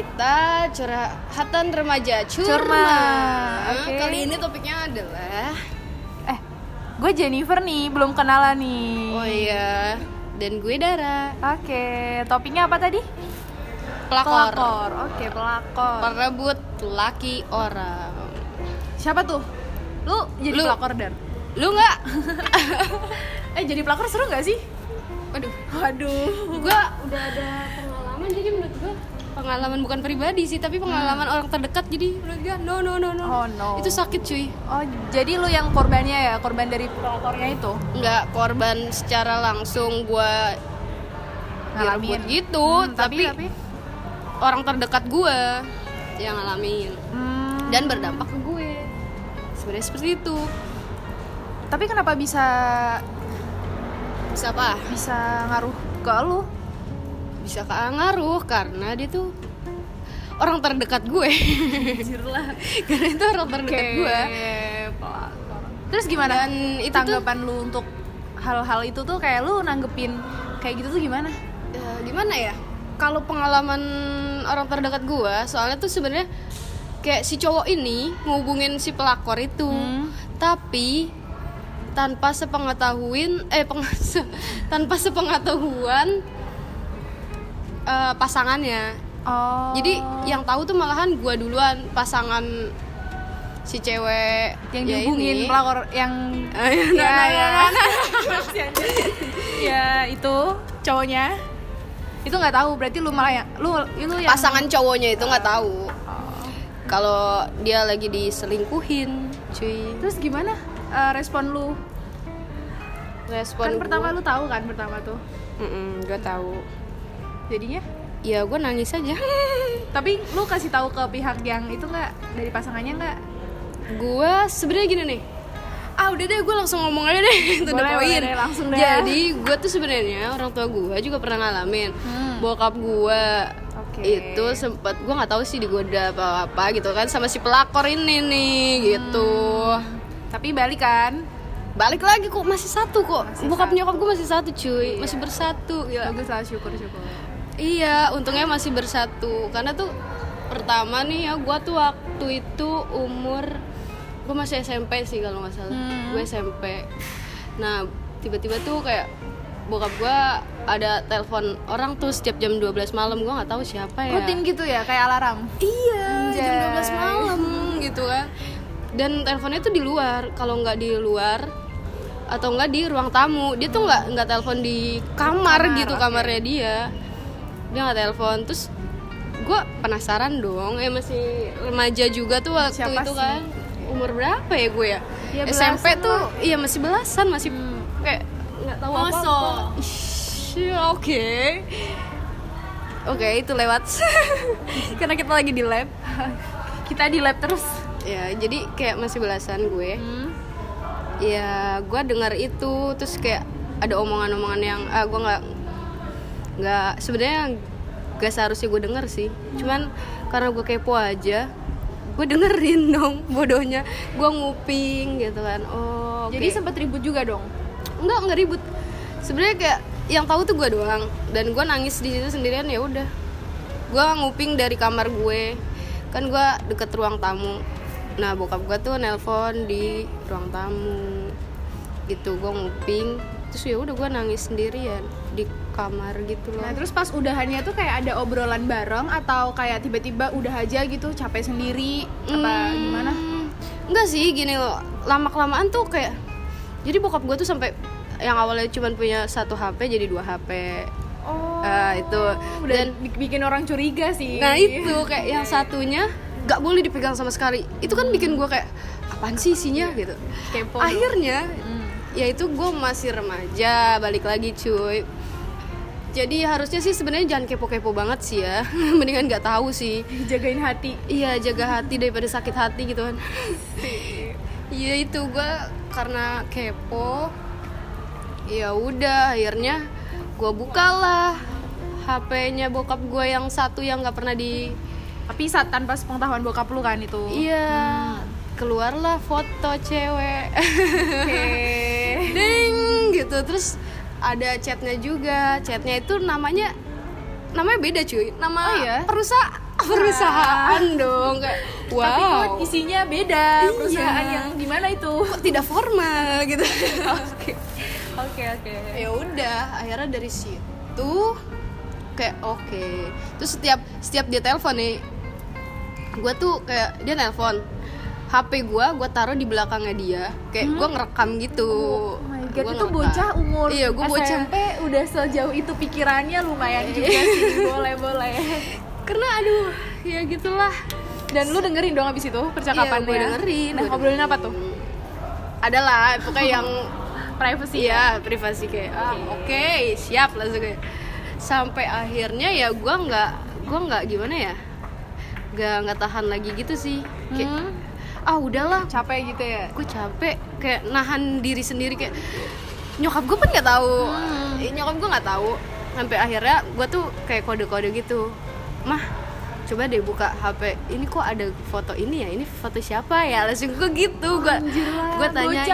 kita curhatan remaja Curma. Okay. Kali ini topiknya adalah gue Jennifer nih, belum kenalan nih. Oh iya, dan gue Dara. Oke, topiknya apa tadi? Pelakor. Oke, pelakor. Perebut laki orang. Siapa tuh? Lu jadi pelakor, Dar? Lu nggak? Jadi pelakor seru nggak sih? Waduh. Gue udah ada pengalaman, jadi menurut gue pengalaman bukan pribadi sih, tapi pengalaman orang terdekat. Jadi menurut gue no. Oh no. Itu sakit cuy. Oh, jadi lu yang korbannya ya, korban dari pelakornya itu? Nggak korban secara langsung gue Ngalamin gitu, tapi orang terdekat gue yang ngalamin dan berdampak ke gue. Sebenarnya seperti itu. Tapi kenapa bisa apa? Bisa ngaruh ke lu? Bisa ngaruh karena dia tuh orang terdekat gue. Anjir lah. Karena itu orang terdekat gue. Pelakor. Terus gimana? Dan itu tanggapan lu untuk hal-hal itu tuh, kayak lu nanggepin kayak gitu tuh gimana? Gimana ya? Kalau pengalaman orang terdekat gue, soalnya tuh sebenarnya kayak si cowok ini ngehubungin si pelakor itu, tapi tanpa sepengetahuan pasangannya. Oh. Jadi yang tahu tuh malahan gue duluan, pasangan si cewek yang dihubungin pelakor yang ya itu cowoknya itu nggak tahu, berarti lu malah yang lu yang pasangan cowoknya itu nggak tahu kalau dia lagi diselingkuhin, cuy. Terus gimana respon lu? Kan pertama lu tahu kan pertama tuh. Gue tahu. Jadinya? Ya gue nangis aja. Tapi lu kasih tahu ke pihak yang itu nggak, dari pasangannya nggak? Gue sebenarnya gini nih. Udah deh, gue langsung ngomong aja deh. Itu the point. Langsung deh. Jadi gue tuh sebenarnya orang tua gue juga pernah ngalamin. Bokap gue itu sempat, gue nggak tahu sih digoda apa gitu kan sama si pelakor ini nih gitu. Tapi balik lagi kok, masih satu kok. Bokap nyokap gue masih satu cuy. Iya. Masih bersatu ya. Bagus lah, syukur. Iya, untungnya masih bersatu. Karena tuh pertama nih ya, gue tuh waktu itu umur, gue masih SMP sih kalau nggak salah. Gue SMP. Nah tiba-tiba tuh kayak bokap gue ada telepon orang tuh setiap jam 12 malam. Gue nggak tahu siapa ya. Rutin gitu ya, kayak alarm? Iya, jam 12 malam gitu kan. Dan teleponnya tuh di luar. Kalau nggak di luar atau nggak di ruang tamu, dia tuh nggak telepon di kamar gitu, kamarnya dia nggak telepon. Terus gue penasaran dong, masih remaja juga tuh waktu siapa itu sih? Kan umur berapa ya gue ya? SMP tuh iya masih belasan, masih kayak nggak tahu apa-apa. Oke, itu lewat. Karena kita lagi di lab. Kita di lab terus. Ya, jadi kayak masih belasan gue. Ya, gue dengar itu, terus kayak ada omongan-omongan yang gue nggak sebenarnya gak seharusnya gue denger sih. Cuman karena gue kepo aja, gue dengerin dong, bodohnya. Gue nguping gitu kan. Jadi sempet ribut juga dong? Enggak ribut. Sebenarnya kayak yang tahu tuh gue doang, dan gue nangis di situ sendirian. Ya udah, gue nguping dari kamar gue, kan gue deket ruang tamu. Nah bokap gue tuh nelpon di ruang tamu gitu. Gue nguping, terus ya udah gue nangis sendirian di kamar gitu loh. Nah terus pas udahannya tuh kayak ada obrolan bareng atau kayak tiba-tiba udah aja gitu, capek sendiri apa gimana? Enggak sih, gini loh, lama-kelamaan tuh kayak, jadi bokap gue tuh sampai yang awalnya cuma punya 1 HP jadi 2 HP. Itu udah dan bikin orang curiga sih. Nah itu kayak yang satunya gak boleh dipegang sama sekali. Itu kan bikin gue kayak, apaan sih isinya gitu. Kepo. Akhirnya ya itu gue masih remaja, balik lagi cuy. Jadi harusnya sih sebenarnya jangan kepo-kepo banget sih ya. Mendingan nggak tahu sih. Jagain hati. Iya, jaga hati daripada sakit hati gitu kan. Iya itu gue karena kepo. Ya udah, akhirnya gue bukalah HP-nya bokap gue yang satu yang nggak pernah di. Tapi saat tanpa sepengetahuan bokap lu kan itu. Iya. Keluarlah foto cewek. Ding gitu. Terus ada chatnya juga. Chatnya itu namanya beda cuy. Nama perusahaan perusahaan dong kayak wow. Tapi kok isinya beda, perusahaan yang gimana itu? Kok tidak formal gitu. Oke. Ya udah, akhirnya dari situ kayak oke. Terus setiap dia telepon nih, gue tuh kayak dia telepon, HP gue taruh di belakangnya dia, kayak gue ngerekam gitu. Oh my god, itu bocah umur iya, gue bocah SMP udah sejauh itu pikirannya, lumayan juga sih. Boleh. Karena aduh, ya gitulah. Dan lu dengerin dong abis itu percakapannya? Iya, gue dengerin. Nah, ngobrolin apa tuh? Adalah pokoknya yang privacy. Iya, privasi kayak oke, siap langsung kayak. Sampai akhirnya ya gue nggak gimana ya, nggak tahan lagi gitu sih. Kayak udahlah, capek gitu ya. Gue capek kayak nahan diri sendiri, kayak nyokap gue pun nggak tahu. Nyokap gue nggak tahu. Sampai akhirnya gue tuh kayak kode-kode gitu, mah coba deh buka HP ini, kok ada foto ini ya, ini foto siapa ya, langsung gue gitu. Gue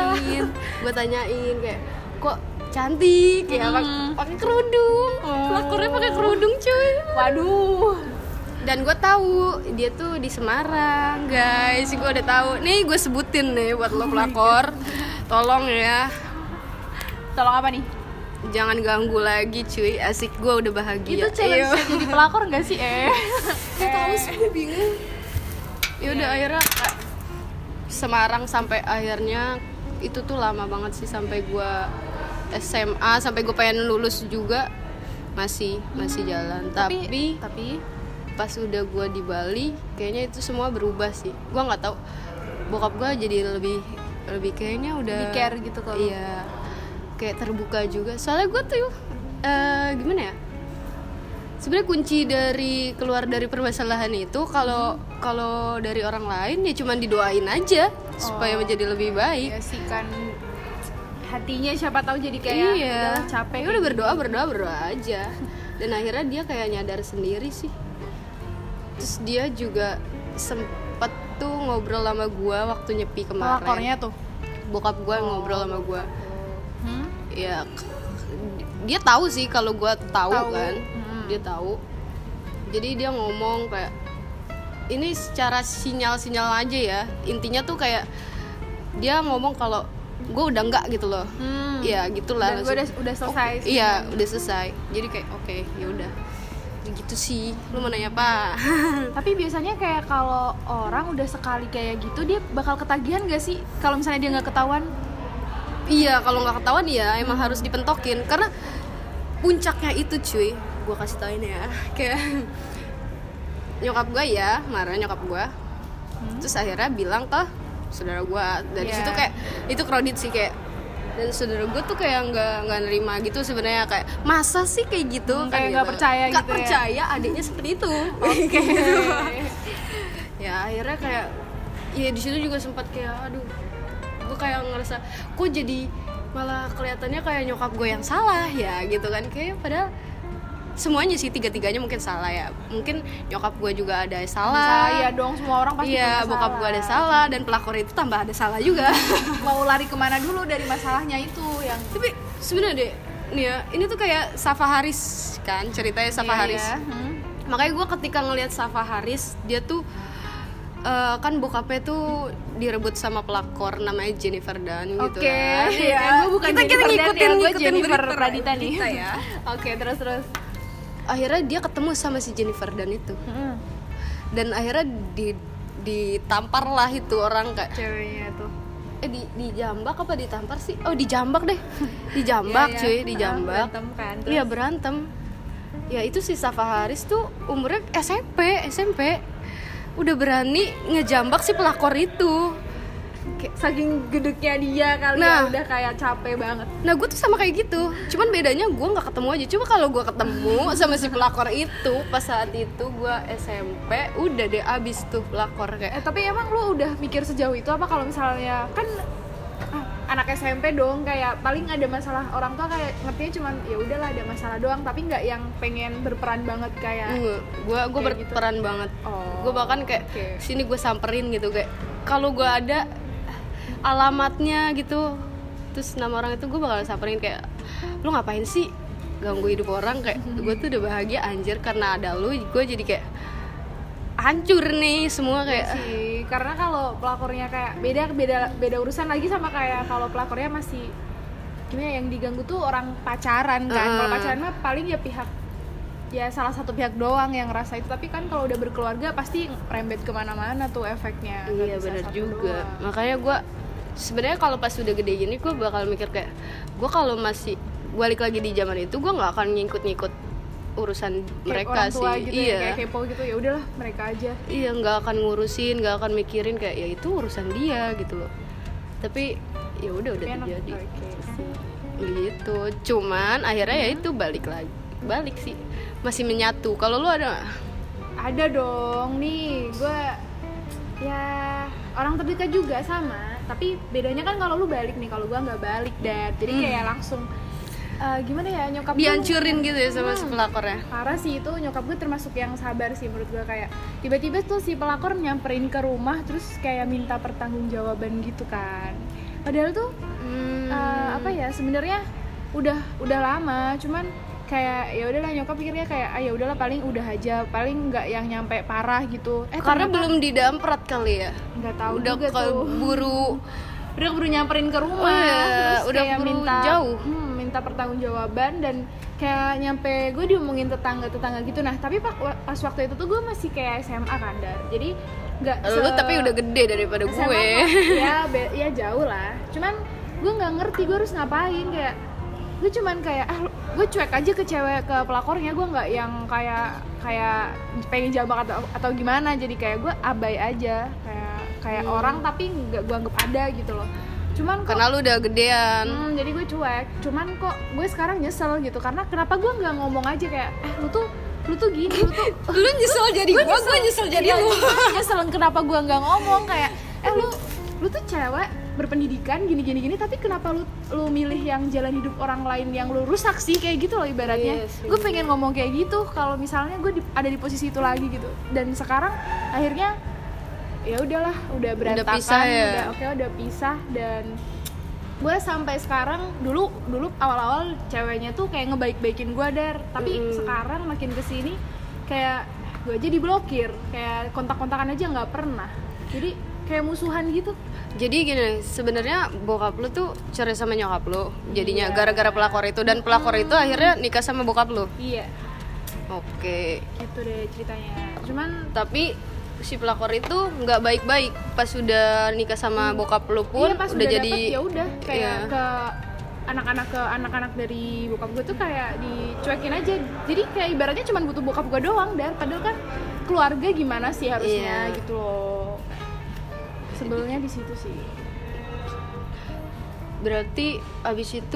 tanyain kayak kok cantik ya, pakai kerudung, pelakornya pakai kerudung cuy. Waduh. Dan gue tahu dia tuh di Semarang, guys. Gue udah tahu. Nih gue sebutin nih buat lo pelakor. Tolong ya. Tolong apa nih? Jangan ganggu lagi cuy. Asik, gue udah bahagia. Itu challenge jadi pelakor gak sih? Gak tahu sih, gue bingung. Ya udah akhirnya Semarang sampai akhirnya itu tuh lama banget sih, sampai gue SMA, sampai gue pengen lulus juga masih jalan. Tapi pas udah gue di Bali kayaknya itu semua berubah sih. Gue nggak tahu, bokap gue jadi lebih kayaknya udah lebih care gitu kalau. Iya, kayak terbuka juga. Soalnya gue tuh gimana ya, sebenarnya kunci dari keluar dari permasalahan itu kalau dari orang lain ya cuman didoain aja supaya menjadi lebih baik. Ya sih kan, hatinya siapa tahu jadi kayak udahlah capek. Ya udah berdoa aja. Dan akhirnya dia kayak nyadar sendiri sih. Terus dia juga sempet tuh ngobrol sama gue waktu nyepi kemarin. Pelakornya tuh bokap gue ngobrol sama gue. Ya dia tahu sih kalau gue tahu kan. Dia tahu. Jadi dia ngomong kayak ini secara sinyal aja ya. Intinya tuh kayak dia ngomong kalau gue udah enggak gitu loh. Ya gitulah. Dan gue udah selesai. Iya, udah selesai. Jadi kayak oke, ya udah. Gitu sih. Lu mau nanya apa? Tapi biasanya kayak kalau orang udah sekali kayak gitu, dia bakal ketagihan gak sih kalau misalnya dia nggak ketahuan? Iya, kalau nggak ketahuan ya emang harus dipentokin. Karena puncaknya itu cuy, gue kasih tau ini ya, kayak nyokap gue ya marah, nyokap gue terus akhirnya bilang ke saudara gue. Dari situ kayak itu kredit sih, kayak dan saudara gue tuh kayak nggak nerima gitu sebenarnya, kayak masa sih kayak gitu, kayak nggak percaya gitu, percaya adiknya seperti itu. Gitu. Ya akhirnya kayak ya di situ juga sempat kayak aduh, gue kayak ngerasa kok jadi malah kelihatannya kayak nyokap gue yang salah ya gitu kan, kayak padahal semuanya sih, tiga-tiganya mungkin salah ya. Mungkin nyokap gue juga ada salah. Iya dong, semua orang pasti punya salah. Iya, bokap gue ada salah, dan pelakor itu tambah ada salah juga. Mau lari kemana dulu dari masalahnya itu yang. Tapi sebenarnya deh, nih ya, ini tuh kayak Safa Haris kan, ceritanya Safa Haris. Iya. Makanya gue ketika ngelihat Safa Haris, dia tuh kan bokapnya tuh direbut sama pelakor namanya Jennifer Dunn gitu kan. Iya. Gue bukan kita ngikutin gue Jennifer Pradita nih. Ya. Oke, terus. Akhirnya dia ketemu sama si Jennifer Dunn itu. Dan akhirnya ditampar lah itu orang kayak ceweknya tuh. Dijambak apa ditampar sih? Oh, dijambak deh. Dijambak cuy, dijambak. Berantem kan. Iya, berantem. Ya itu si Safa Haris tuh umurnya SMP. Udah berani ngejambak si pelakor itu. Kayak saking gedeknya dia kali ya, udah kayak capek banget. Nah gue tuh sama kayak gitu, cuman bedanya gue nggak ketemu aja. Cuma kalau gue ketemu sama si pelakor itu pas saat itu gue SMP, udah deh abis tuh pelakor kayak. Tapi emang lu udah mikir sejauh itu apa kalau misalnya kan anak SMP dong, kayak paling ada masalah orang tua kayak ngertinya cuman ya udahlah ada masalah doang, tapi nggak yang pengen berperan banget kayak. Gue berperan gitu banget. Gue bahkan kayak sini gue samperin gitu, kayak kalau gue ada alamatnya gitu, terus nama orang itu gue bakal samperin kayak, lu ngapain sih ganggu hidup orang, kayak gue tuh udah bahagia anjir karena ada lu. Gue jadi kayak hancur nih semua kayak sih, karena kalau pelakornya kayak beda urusan lagi sama kayak kalau pelakornya masih gimana, yang diganggu tuh orang pacaran kan. Kalau pacaran mah paling ya salah satu pihak doang yang ngerasa itu, tapi kan kalau udah berkeluarga pasti rembet kemana-mana tuh efeknya. Iya benar juga doang. Makanya gue sebenarnya kalau pas udah gede gini gue bakal mikir kayak gue kalau masih balik lagi di zaman itu gue nggak akan ngikut urusan kayak mereka orang tua sih gitu iya ya, kayak kepo gitu, ya udahlah mereka aja. Iya, nggak akan ngurusin, nggak akan mikirin kayak ya itu urusan dia gitu loh. Tapi ya udah terjadi gitu. Cuman akhirnya ya itu balik sih, masih menyatu. Kalau lu ada dong nih, gue ya orang terdekat juga sama, tapi bedanya kan kalau lu balik nih, kalau gue nggak balik dan jadi kayak langsung gimana ya, nyokap dihancurin gitu ya sama si pelakornya. Parah sih itu, nyokap gue termasuk yang sabar sih menurut gue, kayak tiba-tiba tuh si pelakor nyamperin ke rumah terus kayak minta pertanggungjawaban gitu kan. Padahal tuh apa ya, sebenarnya udah lama, cuman kayak ya udahlah, nyokap pikirnya kayak ya udahlah paling udah aja, paling nggak yang nyampe parah gitu. Karena belum didamprat kali ya, nggak tahu udah juga tuh. Udah keburu nyamperin ke rumah, terus udah kayak minta jauh, minta pertanggungjawaban, dan kayak nyampe gue diomongin tetangga gitu. Nah tapi pas waktu itu tuh gue masih kayak SMA kan, jadi nggak lu tapi udah gede daripada SMA gue ya jauh lah. Cuman gue nggak ngerti gue harus ngapain, kayak gue cuman kayak gue cuek aja ke pelakornya. Gue nggak yang kayak pengen jambak atau gimana, jadi kayak gue abai aja, kayak orang tapi nggak gue anggap ada gitu loh. Cuman karena lu udah gedean, jadi gue cuek. Cuman kok gue sekarang nyesel gitu, karena kenapa gue nggak ngomong aja kayak lu tuh gini, lu nyesel jadi gue nyesel jadi lu. Nyesel kenapa gue nggak ngomong kayak lu tuh cewek berpendidikan gini, tapi kenapa lu milih yang jalan hidup orang lain yang lu rusak sih, kayak gitu loh ibaratnya. Gue pengen ngomong kayak gitu kalau misalnya gue ada di posisi itu lagi gitu. Dan sekarang akhirnya ya udahlah, udah berantakan, udah pisah ya? udah pisah. Dan gue sampai sekarang, dulu awal-awal ceweknya tuh kayak ngebaik-baikin gue tapi sekarang makin kesini kayak gue aja diblokir, kayak kontak-kontakan aja nggak pernah, jadi kayak musuhan gitu. Jadi gini, sebenarnya bokap lu tuh cerai sama nyokap lu, jadinya gara-gara pelakor itu, dan pelakor itu akhirnya nikah sama bokap lu. Iya. Oke. Gitu deh ceritanya. Cuman tapi si pelakor itu nggak baik-baik pas udah nikah sama bokap lu pun, pas udah jadi ya udah kayak ke anak-anak dari bokap gue tuh kayak dicuekin aja. Jadi kayak ibaratnya cuma butuh bokap gue doang, dan padahal kan keluarga gimana sih harusnya gitu loh. Sebelnya di situ sih. Berarti abis itu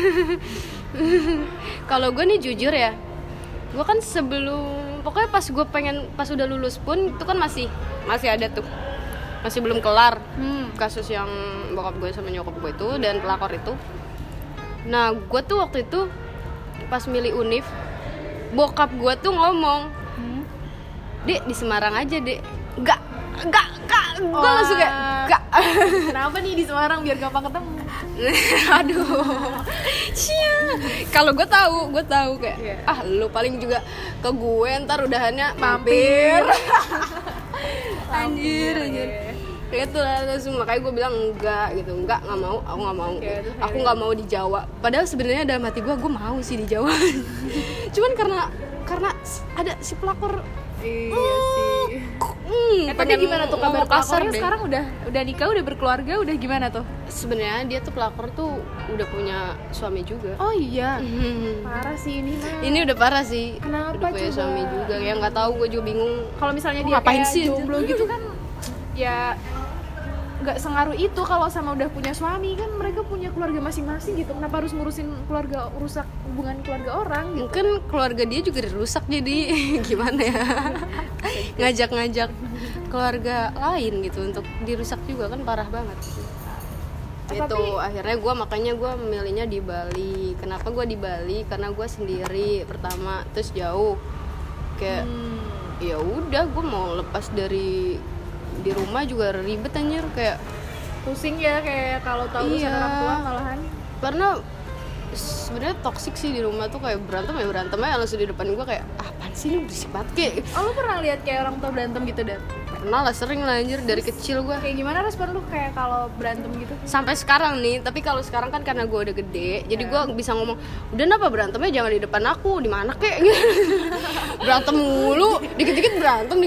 kalau gue nih jujur ya, gue kan pokoknya pas udah lulus pun itu kan masih ada tuh, masih belum kelar kasus yang bokap gue sama nyokap gue itu dan pelakor itu. Nah gue tuh waktu itu pas milih univ, bokap gue tuh ngomong, Dek di Semarang aja dek. Enggak, gue langsung kayak enggak. Kenapa nih di Semarang biar gampang ketemu? Aduh, kalau gue tahu kayak lu paling juga ke gue ntar udahannya mampir. Anjir. Itu lah langsung, makanya gue bilang enggak gitu, nggak mau, aku nggak mau di Jawa. Padahal sebenarnya dalam hati gue mau sih di Jawa. Cuman karena ada si pelakor. Iya sih. Tapi gimana tuh kabar pelakornya sekarang? Udah nikah, udah berkeluarga, udah gimana tuh? Sebenarnya dia tuh pelakor tuh udah punya suami juga. Oh iya. Parah sih ini. Ini udah parah sih. Kenapa udah punya suami juga? Ya nggak tahu, gue juga bingung. Kalau misalnya dia kayak jomblo gitu kan, ya nggak sengaruh itu. Kalau sama udah punya suami kan mereka punya keluarga masing-masing gitu. Kenapa harus ngurusin keluarga, rusak hubungan keluarga orang gitu? Mungkin keluarga dia juga rusak, jadi gimana ya, ngajak keluarga lain gitu untuk dirusak juga kan, parah banget. Itu akhirnya makanya gue memilihnya di Bali. Kenapa gue di Bali? Karena gue sendiri pertama, terus jauh kayak ya udah, gue mau lepas dari di rumah juga ribet anjir, kayak pusing ya, kayak kalau tahu urusan orang tua malahan. Karena sebenarnya toksik sih di rumah tuh, kayak berantem ya langsung di depan gue, kayak apaan sih ini berisik banget kayak. Oh, lu pernah lihat kayak orang tua berantem gitu, Dan? Pernah lah, sering lah anjir dari kecil gue. Kayak gimana respon lu kayak kalau berantem gitu? Sampai sekarang nih, tapi kalau sekarang kan karena gue udah gede, jadi gue bisa ngomong, udah kenapa berantemnya jangan di depan aku, di mana kek. Berantem mulu, dikit-dikit berantem.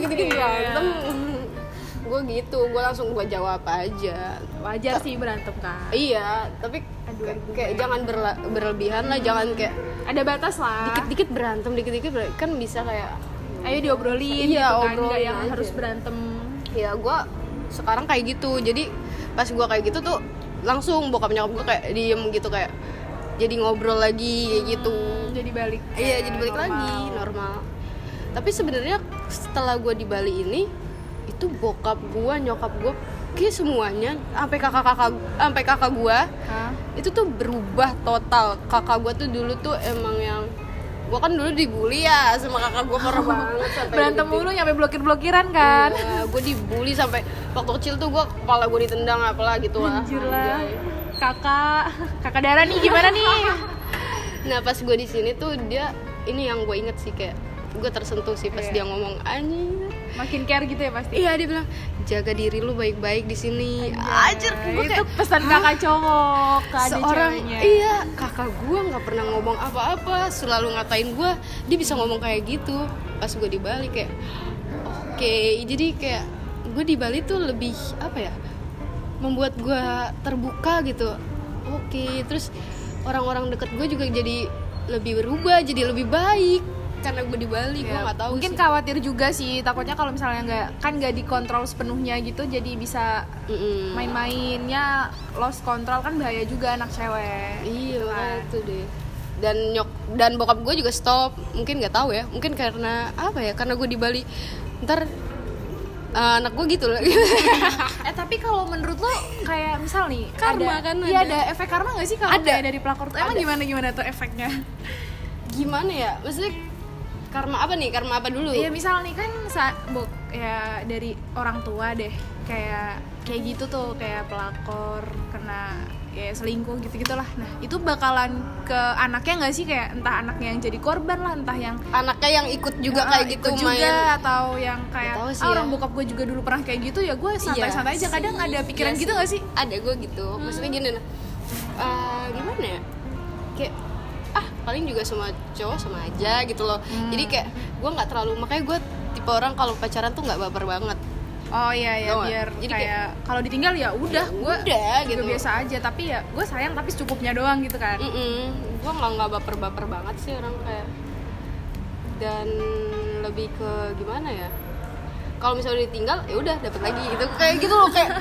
Gue gitu, gue langsung gue jawab aja. Wajar sih berantem kan. Iya, tapi kayak jangan berlebihan lah, jangan kayak ada batas lah. dikit-dikit berantem kan bisa kayak ayo diobrolin iya, gitu kan, obrolin nggak yang aja. harus berantem. Ya gue sekarang kayak gitu, jadi pas gue kayak gitu tuh langsung bokap nyokap gue kayak diem gitu, kayak jadi ngobrol lagi kayak gitu. Jadi balik. Iya, jadi balik lagi normal. Tapi sebenarnya setelah gue di Bali ini, itu bokap gue, nyokap gue, kayak semuanya sampai kakak gue itu tuh berubah total. Kakak gue tuh dulu tuh emang yang, gue kan dulu dibully ya sama kakak gue parah banget, sampai berantem mulu nyampe blokir-blokiran kan. Iya, gue dibully sampai waktu kecil tuh gue kepala gue ditendang apalah gitu lah. Anjir lah. Kakak Dara nih gimana nih? Nah pas gue di sini tuh dia, ini yang gue inget sih, kayak gue tersentuh sih pas dia ngomong, anjir makin care gitu ya pasti. Iya, dia bilang jaga diri lu baik-baik di sini. Anjir, gue itu kayak pesan kakak cowok ke adik seorang ceweknya. iya, kakak gue nggak pernah ngomong apa-apa, selalu ngatain gue, dia bisa ngomong kayak gitu. Pas gue di Bali kayak oke, jadi kayak gue di Bali tuh lebih apa ya, membuat gue terbuka gitu. Oke, terus orang-orang deket gue juga jadi lebih berubah, jadi lebih baik karena gue di Bali. Gue nggak tahu mungkin sih. khawatir juga sih, takutnya kalau misalnya nggak dikontrol sepenuhnya gitu, jadi bisa main-mainnya lost control, kan bahaya juga anak cewek. Iya, gitu kan. itu deh. Dan bokap gue juga stop, mungkin nggak tahu ya, mungkin karena apa ya, karena gue di Bali ntar anak gue gitu lah. Tapi kalau menurut lo kayak misal nih Karma ada, kan iya ada. ada efek karma nggak sih kalau Ada. kayak dari pelakor tuh? Emang gimana tuh efeknya? Gimana ya, maksudnya karma apa nih, karma apa dulu? Iya misal nih kan ya dari orang tua deh, kayak gitu tuh, kayak pelakor kena kayak selingkuh gitu-gitulah. Nah itu bakalan ke anaknya nggak sih, kayak entah anaknya yang jadi korban lah, entah yang anaknya yang ikut juga kayak gitu ikut main juga, atau yang kayak Nggak tahu sih orang ya. bokap gue juga dulu pernah kayak gitu ya, gue santai-santai aja. Kadang ada pikiran gitu nggak sih? Ada gue gitu, maksudnya gini nah, gimana ya, kayak paling juga sama cowok sama aja gitu loh. Jadi kayak gue nggak terlalu, makanya gue tipe orang kalau pacaran tuh nggak baper banget. Oh iya ya, Tau gak? biar Jadi kayak kalau ditinggal ya udah, gue udah juga gitu. biasa aja, tapi ya gue sayang tapi secukupnya doang gitu kan. Gue nggak baper banget sih orang kayak, dan lebih ke gimana ya, kalau misalnya ditinggal ya udah dapet lagi gitu, kayak gitu loh, kayak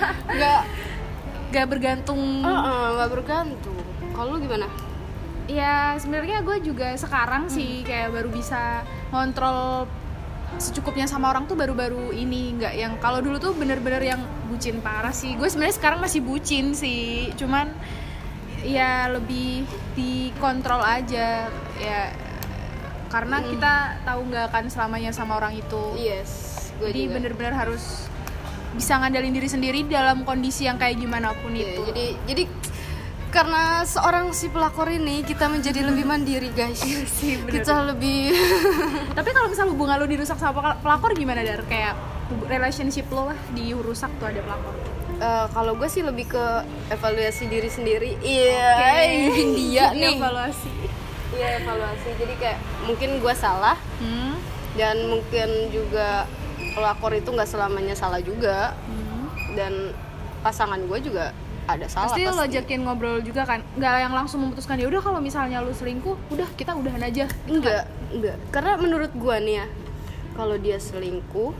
Gak bergantung. nggak bergantung. Kalau lu gimana? Ya sebenarnya gue juga sekarang sih kayak baru bisa ngontrol secukupnya sama orang tuh baru-baru ini, nggak yang kalau dulu tuh bener-bener yang bucin parah sih. Gue sebenarnya sekarang masih bucin sih, cuman ya lebih dikontrol aja ya, karena kita tahu nggak akan selamanya sama orang itu. Yes, gue Jadi juga. bener-bener harus bisa ngandelin diri sendiri dalam kondisi yang kayak gimana pun itu. Jadi karena seorang si pelakor ini, kita menjadi lebih mandiri guys. sih, bener. Kita lebih Tapi kalau misal hubungan lo dirusak sama pelakor gimana, Dar? Kayak relationship lo lah dirusak tuh ada pelakor. kalau gue sih lebih ke evaluasi diri sendiri. Iya, Oke. dia nih. Evaluasi. Iya, evaluasi. Jadi kayak mungkin gue salah, dan mungkin juga pelakor itu nggak selamanya salah juga, dan pasangan gue juga ada salah. Pasti lo ajakin ngobrol juga kan, nggak yang langsung memutuskan ya udah kalau misalnya lo selingkuh udah kita udahan aja. Enggak. Karena menurut gue nih ya, kalau dia selingkuh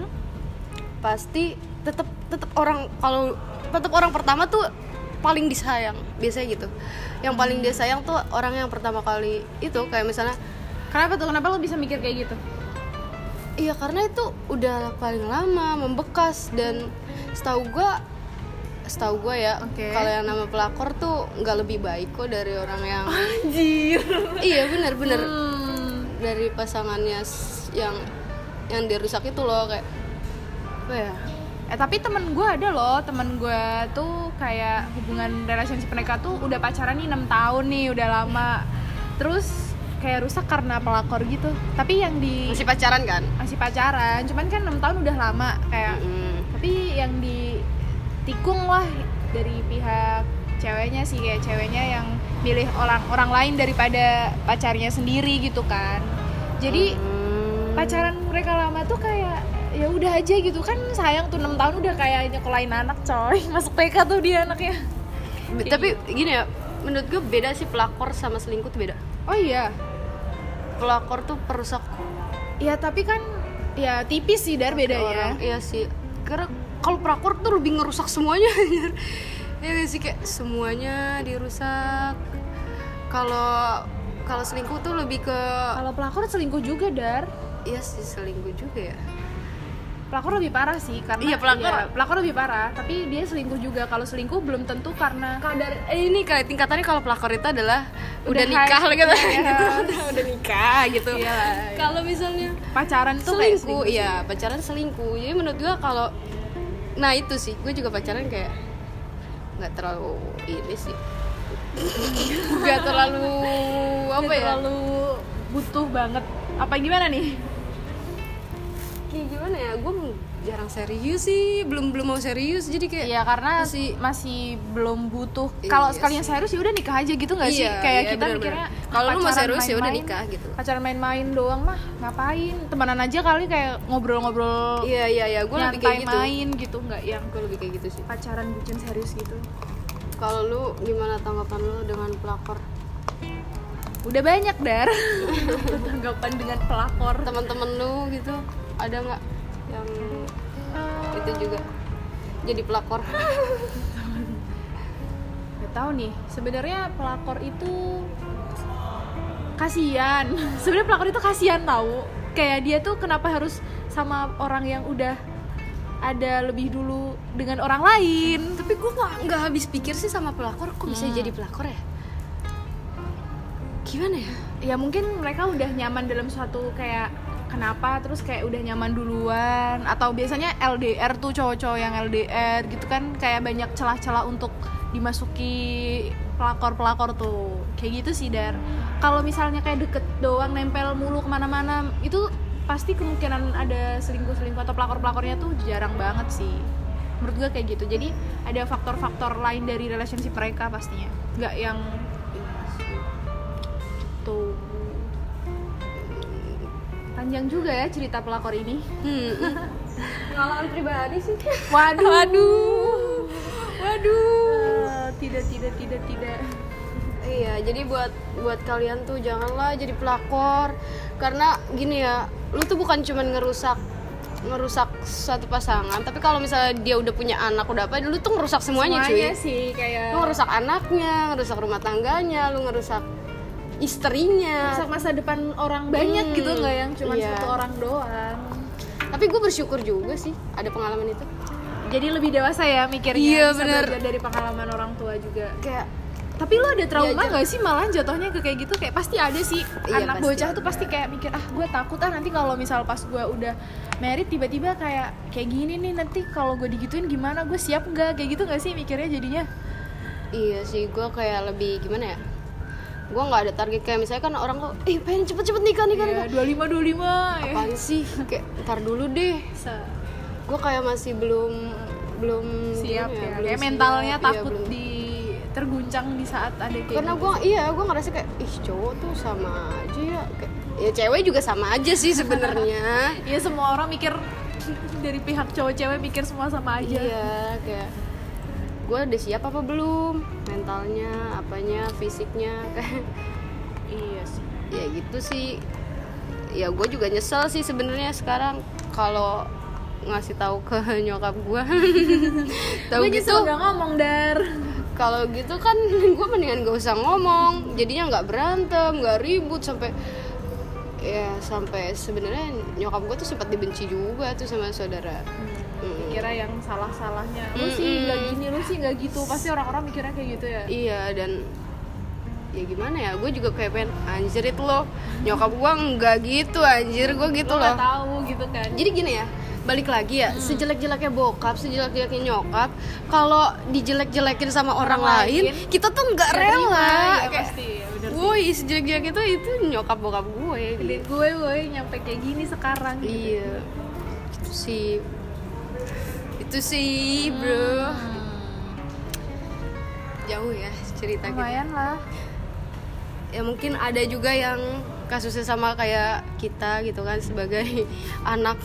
pasti tetap orang pertama tuh paling disayang, biasanya gitu. Yang paling dia sayang tuh orang yang pertama kali itu, kayak misalnya. Kenapa lo bisa mikir kayak gitu? Iya, karena itu udah paling lama membekas, dan setahu gue ya, kalau yang nama pelakor tuh nggak lebih baik kok dari orang yang Anjir. iya benar dari pasangannya yang dia rusak itu loh, kayak apa ya, Tapi temen gue ada loh, temen gue tuh kayak hubungan relationship mereka tuh udah pacaran nih 6 tahun nih, udah lama. Terus kayak rusak karena pelakor gitu. Tapi yang masih pacaran kan? Masih pacaran, cuman kan 6 tahun udah lama kayak. Tapi yang ditikung lah dari pihak ceweknya sih, kayak ceweknya yang milih orang lain daripada pacarnya sendiri gitu kan. Jadi pacaran mereka lama tuh kayak ya udah aja gitu kan, sayang tuh 6 tahun udah kayak nyekolahin anak coy, masuk TK tuh dia anaknya. Tapi gini ya, menurut gue beda sih pelakor sama selingkuh tuh beda. Oh iya, pelakor tuh perusak. Ya tapi kan ya tipis sih Dar bedanya. Iya sih, karena kalau pelakor tuh lebih ngerusak semuanya. Ya gak sih, kayak semuanya dirusak. Kalau selingkuh tuh lebih ke, kalau pelakor selingkuh juga Dar. Iya sih, selingkuh juga ya. Pelakor lebih parah sih karena pelakor lebih parah, tapi dia selingkuh juga. Kalau selingkuh belum tentu karena ini kayak tingkatannya. Kalau pelakor itu adalah udah nikah gitu. Udah nikah gitu. Iya. Kalau misalnya pacaran tuh selingkuh, iya, pacaran selingkuh. Jadi menurut gue kalau itu sih, gue juga pacaran kayak nggak terlalu ini sih. Nggak terlalu terlalu butuh banget. Apa gimana nih? Kayak gimana ya, gue jarang serius sih, belum mau serius, jadi kayak ya karena masih belum butuh. Kalau sekalian serius ya udah nikah aja gitu nggak sih? Kayak kita mikirnya kalau lu mau serius ya udah nikah gitu. Pacaran main-main doang mah ngapain? Temenan aja kali, kayak ngobrol-ngobrol. Iya, gue lebih kayak gitu. Main gitu, nggak yang gue lebih kayak gitu sih. Pacaran bucin serius gitu. Kalau lu gimana tanggapan lu dengan pelakor? Udah banyak Dar tanggapan dengan pelakor. Teman-teman lu gitu ada nggak yang itu juga jadi pelakor? Gak tahu nih, sebenarnya pelakor itu kasihan. Sebenarnya pelakor itu kasihan tahu. Kayak dia tuh kenapa harus sama orang yang udah ada lebih dulu dengan orang lain. Tapi gue nggak habis pikir sih sama pelakor, kok bisa jadi pelakor ya? Gimana ya? Ya mungkin mereka udah nyaman dalam suatu kayak kenapa, terus kayak udah nyaman duluan. Atau biasanya LDR tuh, cowok-cowok yang LDR gitu kan, kayak banyak celah-celah untuk dimasuki pelakor-pelakor tuh. Kayak gitu sih Dar. Kalau misalnya kayak deket doang, nempel mulu kemana-mana, itu pasti kemungkinan ada selingkuh-selingkuh atau pelakor-pelakornya tuh jarang banget sih. Menurut gue kayak gitu. Jadi ada faktor-faktor lain dari relationship mereka pastinya, nggak yang tuh. Panjang juga ya cerita pelakor ini. Pengalaman pribadi sih. Waduh. Tidak. Iya, jadi buat kalian tuh janganlah jadi pelakor. Karena gini ya, lu tuh bukan cuma ngerusak satu pasangan, tapi kalau misalnya dia udah punya anak, udah apa, lu tuh ngerusak semuanya cuy. Sih, kayak lu ngerusak anaknya, ngerusak rumah tangganya, lu ngerusak istrinya, rusak masa depan orang banyak gitu, nggak yang cuma satu orang doang. Tapi gue bersyukur juga sih ada pengalaman itu. Jadi lebih dewasa ya mikirnya. Iya, bisa belajar dari pengalaman orang tua juga. Kayak, tapi lo ada trauma nggak sih malah jatuhnya ke kayak gitu? Kayak pasti ada sih. Anak pasti bocah tuh pasti kayak mikir, gue takut nanti kalau misal pas gue udah married tiba-tiba kayak gini nih, nanti kalau gue digituin gimana, gue siap nggak? Kayak gitu nggak sih mikirnya jadinya? Iya sih, gue kayak lebih gimana ya, gue nggak ada target. Kayak misalnya kan orang kok pengen cepet-cepet nikah. 25 apaan sih, kayak ntar dulu deh. Gue kayak masih belum siap ya, belum kayak mentalnya siap, takut terguncang di saat ada kayak karena gue ngerasa kayak cowok tuh sama aja ya, kayak, ya cewek juga sama aja sih sebenarnya. Iya, semua orang mikir dari pihak cowok-cewek mikir semua sama aja. Iya, kayak gue udah siap apa belum, mentalnya, apanya, fisiknya, kayak iya sih. Ya gitu sih. Ya gue juga nyesel sih sebenarnya sekarang kalau ngasih tahu ke nyokap gue. Tahu gitu nggak ngomong Dar. Kalau gitu kan gue mendingan gak usah ngomong, jadinya nggak berantem, nggak ribut sampai sebenarnya nyokap gue tuh sempat dibenci juga tuh sama saudara. Kira yang salah-salahnya lu sih nggak gini, lu sih nggak gitu, pasti orang-orang mikirnya kayak gitu ya. Iya, dan ya gimana ya, gue juga kayak pengen anjirit lo, nyokap gue nggak gitu, anjir gue gitu loh. Nggak tahu gitu kan. Jadi gini ya, balik lagi ya, sejelek-jeleknya bokap, sejelek-jeleknya nyokap, kalau dijelek-jelekin sama orang lain, kita tuh nggak rela. Ya, kayak, pasti, ya, bener sih. woi sejelek-jelek itu nyokap bokap gue. Jadi gue nyampe kayak gini sekarang gitu. Iya, itu sih bro. Jauh ya cerita kita. Lumayan lah. Ya mungkin ada juga yang kasusnya sama kayak kita gitu kan, sebagai anak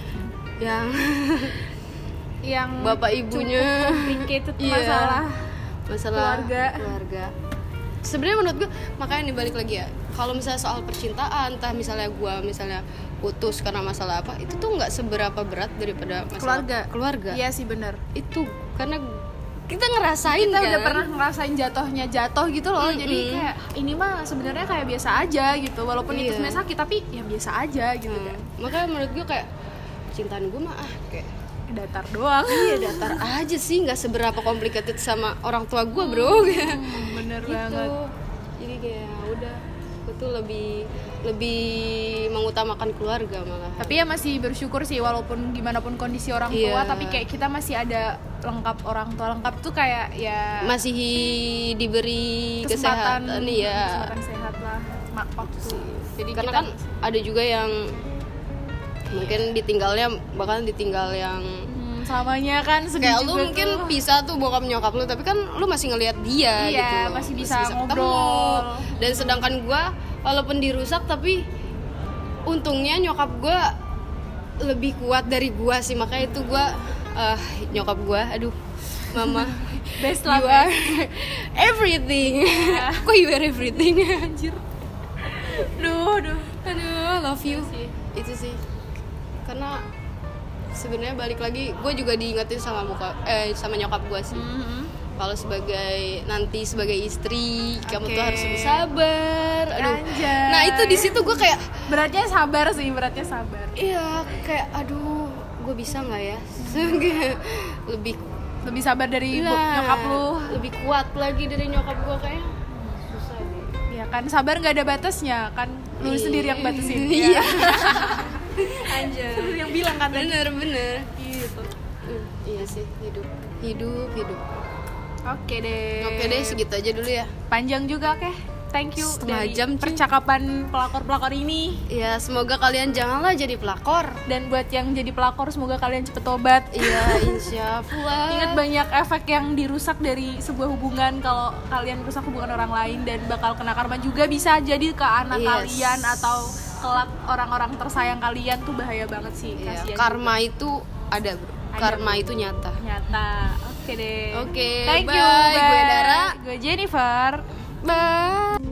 yang bapak ibunya complicated masalah keluarga. Sebenarnya menurut gue makanya nih balik lagi ya, kalau misalnya soal percintaan, entah misalnya gue putus karena masalah apa, itu tuh nggak seberapa berat daripada masalah keluarga. Iya sih benar. Itu karena kita ngerasain, kita kan? udah pernah ngerasain jatuh gitu loh. Jadi kayak ini mah sebenarnya kayak biasa aja gitu, walaupun itu sebenarnya sakit tapi ya biasa aja gitu kan. Makanya menurut gue kayak cintaan gue mah kayak datar doang. Iya datar aja sih, nggak seberapa complicated sama orang tua gue bro. Bener gitu. banget. Jadi kayak udah, gue tuh lebih mengutamakan keluarga malah. Tapi ya masih bersyukur sih, walaupun gimana pun kondisi orang tua, tapi kayak kita masih ada lengkap, orang tua lengkap tuh kayak ya masih diberi kesehatan ya. Kesehatan sehat lah, waktu. Jadi karena kita, kan ada juga yang mungkin bahkan ditinggal yang samanya kan sedih kayak juga lu mungkin tuh. Pisah tuh bokap nyokap lu, tapi kan lu masih ngelihat dia iya, gitu loh. masih bisa ketemu. ngobrol. Dan sedangkan gua walaupun dirusak tapi untungnya nyokap gua lebih kuat dari gua sih, makanya itu gua nyokap gua, aduh mama best you lah, are everything. Kok you are everything anjir. Aduh love you sih. Itu sih karena sebenarnya balik lagi gue juga diingetin sama sama nyokap gue sih. Kalau sebagai istri kamu tuh harus lebih sabar. Aduh. Anjay. Nah itu di situ gue kayak beratnya sabar. Iya kayak aduh gue bisa nggak ya lebih sabar dari nyokap lu, lebih kuat lagi dari nyokap gue, kayaknya susah deh. Ya kan sabar nggak ada batasnya kan, lu sendiri yang batasin. Iya. Anjir. Sendiri yang bilang kan. Bener gitu. Iya sih, hidup. Oke deh, Segitu aja dulu ya. panjang juga. Oke, thank you Setengah dari jam, cuy. percakapan pelakor ini. Ya semoga kalian janganlah jadi pelakor. Dan buat yang jadi pelakor, semoga kalian cepet tobat. Iya, insyaallah. Ingat banyak efek yang dirusak dari sebuah hubungan kalau kalian rusak hubungan orang lain, dan bakal kena karma juga, bisa jadi ke anak kalian atau kelak orang-orang tersayang kalian. Tuh bahaya banget sih. Iya, karma juga. Itu ada bro. Karma itu nyata. Oke deh. Oke, thank bye. you. Gue Dara. Gue Jennifer. Bye.